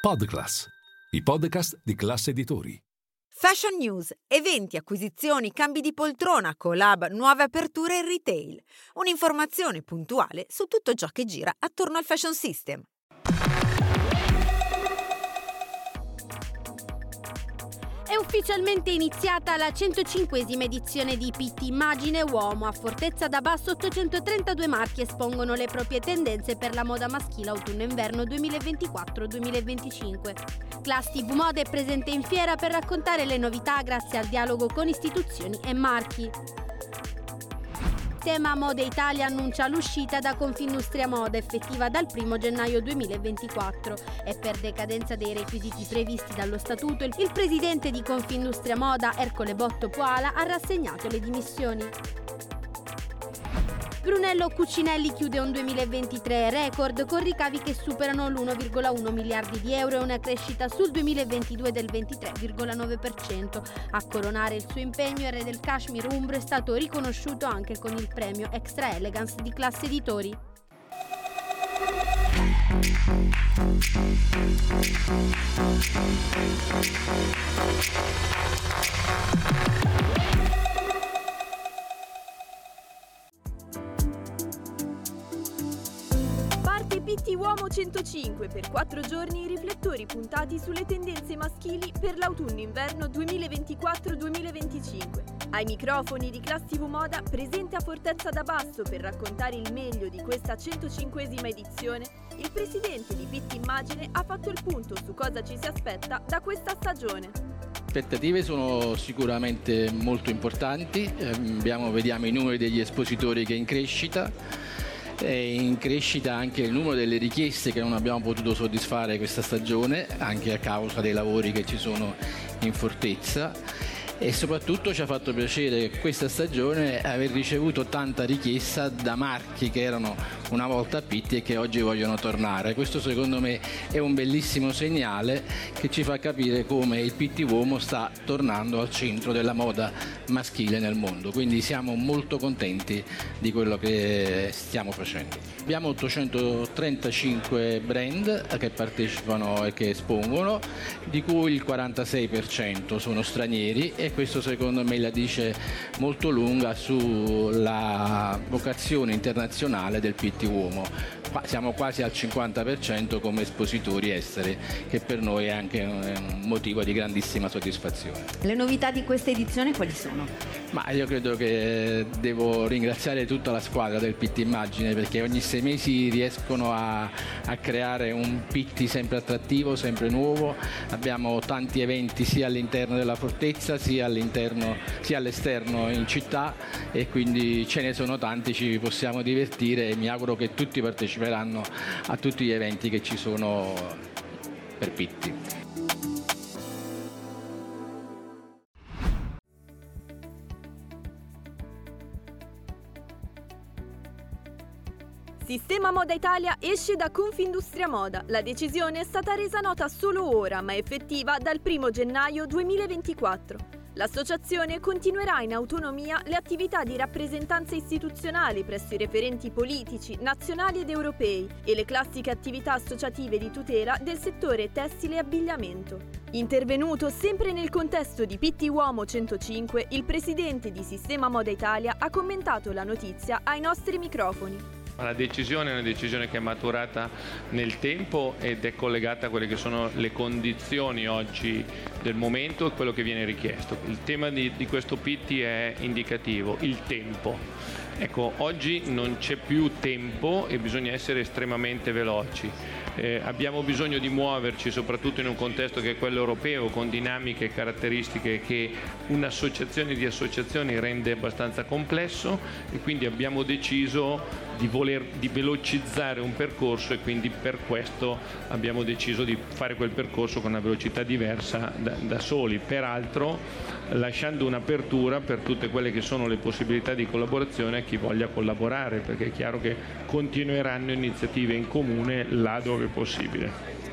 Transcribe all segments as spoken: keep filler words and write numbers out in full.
Podclass, i podcast di Class Editori. Fashion News, eventi, acquisizioni, cambi di poltrona, collab, nuove aperture in retail. Un'informazione puntuale su tutto ciò che gira attorno al fashion system. È ufficialmente iniziata la centocinquesima edizione di Pitti Immagine Uomo. A Fortezza d'Abasso ottocentotrentadue marchi espongono le proprie tendenze per la moda maschile autunno-inverno duemilaventiquattro duemilaventicinque. Class T V Mode è presente in fiera per raccontare le novità grazie al dialogo con istituzioni e marchi. Sistema Mode Italia annuncia l'uscita da Confindustria Moda, effettiva dal primo gennaio duemilaventiquattro, e per decadenza dei requisiti previsti dallo statuto il presidente di Confindustria Moda, Ercole Botto Poala, ha rassegnato le dimissioni. Brunello Cucinelli chiude un duemilaventitré record con ricavi che superano l'uno virgola uno miliardi di euro e una crescita sul duemilaventidue del ventitré virgola nove per cento. A coronare il suo impegno, il re del Kashmir Umbro è stato riconosciuto anche con il premio Extra Elegance di Class Editori. Pitti Uomo centocinque, per quattro giorni i riflettori puntati sulle tendenze maschili per l'autunno-inverno duemilaventiquattro duemilaventicinque. Ai microfoni di Class T V Moda, presente a Fortezza d'Abasso per raccontare il meglio di questa centocinquesima edizione, il presidente di Pitti Immagine ha fatto il punto su cosa ci si aspetta da questa stagione. Le aspettative sono sicuramente molto importanti, eh, abbiamo, vediamo i numeri degli espositori che è in crescita. È in crescita anche il numero delle richieste che non abbiamo potuto soddisfare questa stagione, anche a causa dei lavori che ci sono in Fortezza, e soprattutto ci ha fatto piacere questa stagione aver ricevuto tanta richiesta da marchi che erano una volta a Pitti e che oggi vogliono tornare. Questo secondo me è un bellissimo segnale che ci fa capire come il Pitti Uomo sta tornando al centro della moda maschile nel mondo, quindi siamo molto contenti di quello che stiamo facendo. Abbiamo ottocentotrentacinque brand che partecipano e che espongono, di cui il quarantasei per cento sono stranieri, e questo secondo me la dice molto lunga sulla vocazione internazionale del Pitti Uomo. Siamo quasi al cinquanta per cento come espositori esteri, che per noi è anche un motivo di grandissima soddisfazione. Le novità di questa edizione quali sono? Ma io credo che devo ringraziare tutta la squadra del Pitti Immagine, perché ogni sei mesi riescono a, a creare un Pitti sempre attrattivo, sempre nuovo. Abbiamo tanti eventi sia all'interno della fortezza sia all'interno sia all'esterno in città, e quindi ce ne sono tanti, ci possiamo divertire e mi auguro che tutti parteciperanno a tutti gli eventi che ci sono per Pitti. Sistema Moda Italia esce da Confindustria Moda. La decisione è stata resa nota solo ora, ma effettiva dal primo gennaio duemilaventiquattro. L'associazione continuerà in autonomia le attività di rappresentanza istituzionali presso i referenti politici, nazionali ed europei e le classiche attività associative di tutela del settore tessile e abbigliamento. Intervenuto sempre nel contesto di Pitti Uomo centocinque, il presidente di Sistema Moda Italia ha commentato la notizia ai nostri microfoni. La decisione è una decisione che è maturata nel tempo ed è collegata a quelle che sono le condizioni oggi del momento e quello che viene richiesto. Il tema di, di questo Pitti è indicativo, il tempo. Ecco, oggi non c'è più tempo e bisogna essere estremamente veloci. Eh, abbiamo bisogno di muoverci soprattutto in un contesto che è quello europeo, con dinamiche e caratteristiche che un'associazione di associazioni rende abbastanza complesso, e quindi abbiamo deciso di voler di velocizzare un percorso, e quindi per questo abbiamo deciso di fare quel percorso con una velocità diversa da, da soli, peraltro lasciando un'apertura per tutte quelle che sono le possibilità di collaborazione a chi voglia collaborare, perché è chiaro che continueranno iniziative in comune là dove è possibile.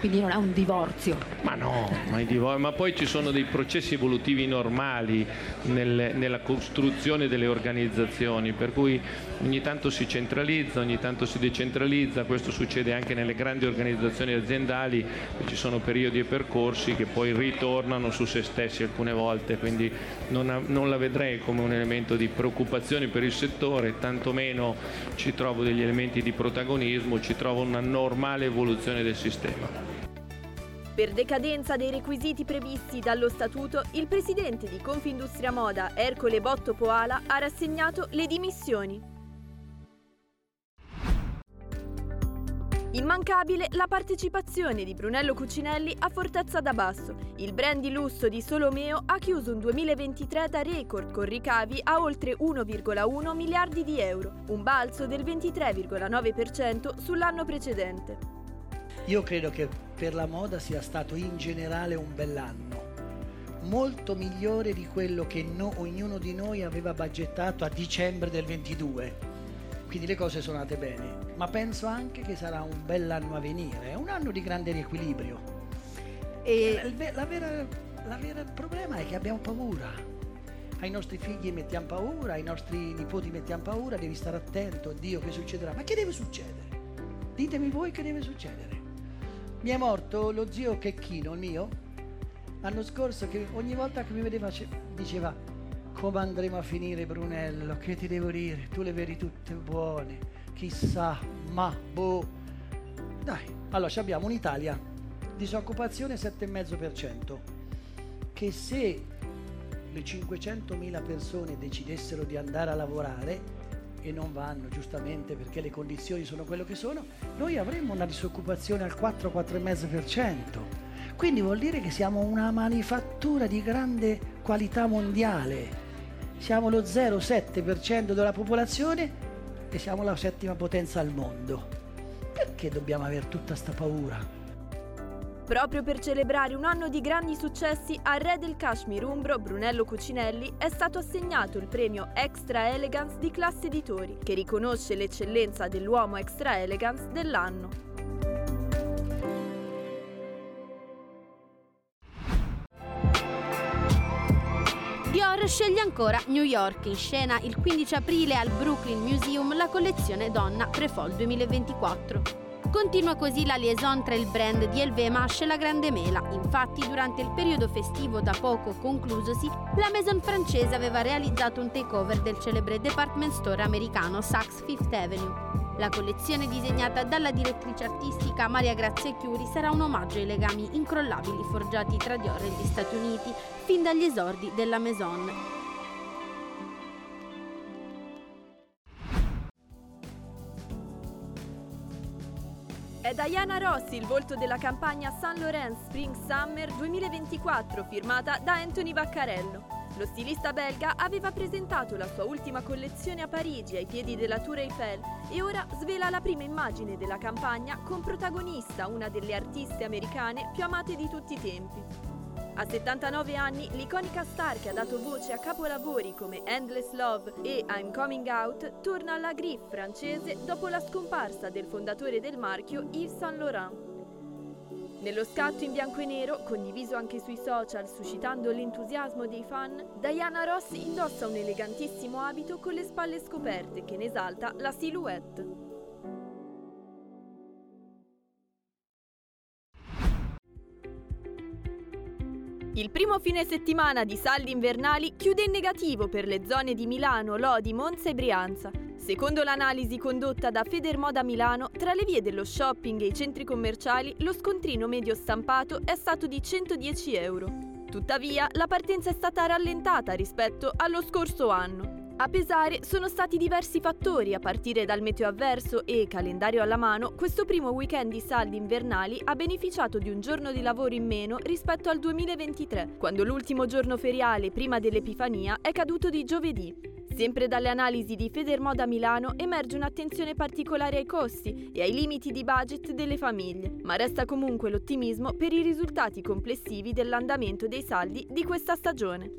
quindi non è un divorzio. Ma no, ma, i divor- ma poi ci sono dei processi evolutivi normali nel, nella costruzione delle organizzazioni, per cui ogni tanto si centralizza, ogni tanto si decentralizza. Questo succede anche nelle grandi organizzazioni aziendali, ci sono periodi e percorsi che poi ritornano su se stessi alcune volte, quindi non, non la vedrei come un elemento di preoccupazione per il settore, tantomeno ci trovo degli elementi di protagonismo, ci trovo una normale evoluzione del sistema. Per decadenza dei requisiti previsti dallo statuto, il presidente di Confindustria Moda, Ercole Botto Poala, ha rassegnato le dimissioni. Immancabile la partecipazione di Brunello Cucinelli a Fortezza da Basso. Il brand di lusso di Solomeo ha chiuso un duemilaventitré da record con ricavi a oltre uno virgola uno miliardi di euro, un balzo del ventitré virgola nove per cento sull'anno precedente. Io credo che per la moda sia stato in generale un bell'anno, molto migliore di quello che no, ognuno di noi aveva budgettato a dicembre del ventidue. Quindi le cose sono andate bene, ma penso anche che sarà un bell'anno a venire, è un anno di grande riequilibrio. E il, la vera, la vera problema è che abbiamo paura. Ai nostri figli mettiamo paura, ai nostri nipoti mettiamo paura, devi stare attento, Dio, che succederà? Ma che deve succedere? Ditemi voi che deve succedere. Mi è morto lo zio Checchino, il mio, l'anno scorso, che ogni volta che mi vedeva diceva: come andremo a finire, Brunello? Che ti devo dire? Tu le vedi tutte buone, chissà, ma boh. Dai, allora abbiamo un'Italia, disoccupazione sette virgola cinque per cento, che se le cinquecentomila persone decidessero di andare a lavorare, e non vanno giustamente perché le condizioni sono quello che sono, noi avremmo una disoccupazione al quattro quattro virgola cinque per cento. Quindi vuol dire che siamo una manifattura di grande qualità mondiale. Siamo lo zero virgola sette per cento della popolazione e siamo la settima potenza al mondo. Perché dobbiamo avere tutta sta paura? Proprio per celebrare un anno di grandi successi, al re del Kashmir umbro, Brunello Cucinelli, è stato assegnato il premio Extra Elegance di Classe Editori, che riconosce l'eccellenza dell'uomo Extra Elegance dell'anno. Dior sceglie ancora New York, in scena il quindici aprile al Brooklyn Museum la collezione Donna Pre-Fall duemilaventiquattro. Continua così la liaison tra il brand di L V Mash e la Grande Mela. Infatti, durante il periodo festivo da poco conclusosi, la maison francese aveva realizzato un takeover del celebre department store americano Saks Fifth Avenue. La collezione disegnata dalla direttrice artistica Maria Grazia Chiuri sarà un omaggio ai legami incrollabili forgiati tra Dior e gli Stati Uniti fin dagli esordi della maison. È Diana Ross il volto della campagna Saint Laurent Spring Summer duemilaventiquattro firmata da Anthony Vaccarello. Lo stilista belga aveva presentato la sua ultima collezione a Parigi ai piedi della Tour Eiffel e ora svela la prima immagine della campagna con protagonista una delle artiste americane più amate di tutti i tempi. A settantanove anni, l'iconica star che ha dato voce a capolavori come Endless Love e I'm Coming Out torna alla Griff francese dopo la scomparsa del fondatore del marchio Yves Saint Laurent. Nello scatto in bianco e nero, condiviso anche sui social suscitando l'entusiasmo dei fan, Diana Ross indossa un elegantissimo abito con le spalle scoperte che ne esalta la silhouette. Il primo fine settimana di saldi invernali chiude in negativo per le zone di Milano, Lodi, Monza e Brianza. Secondo l'analisi condotta da Federmoda Milano, tra le vie dello shopping e i centri commerciali lo scontrino medio stampato è stato di centodieci euro. Tuttavia, la partenza è stata rallentata rispetto allo scorso anno. A pesare sono stati diversi fattori, a partire dal meteo avverso e, calendario alla mano, questo primo weekend di saldi invernali ha beneficiato di un giorno di lavoro in meno rispetto al duemilaventitré, quando l'ultimo giorno feriale prima dell'Epifania è caduto di giovedì. Sempre dalle analisi di Federmoda Milano emerge un'attenzione particolare ai costi e ai limiti di budget delle famiglie, ma resta comunque l'ottimismo per i risultati complessivi dell'andamento dei saldi di questa stagione.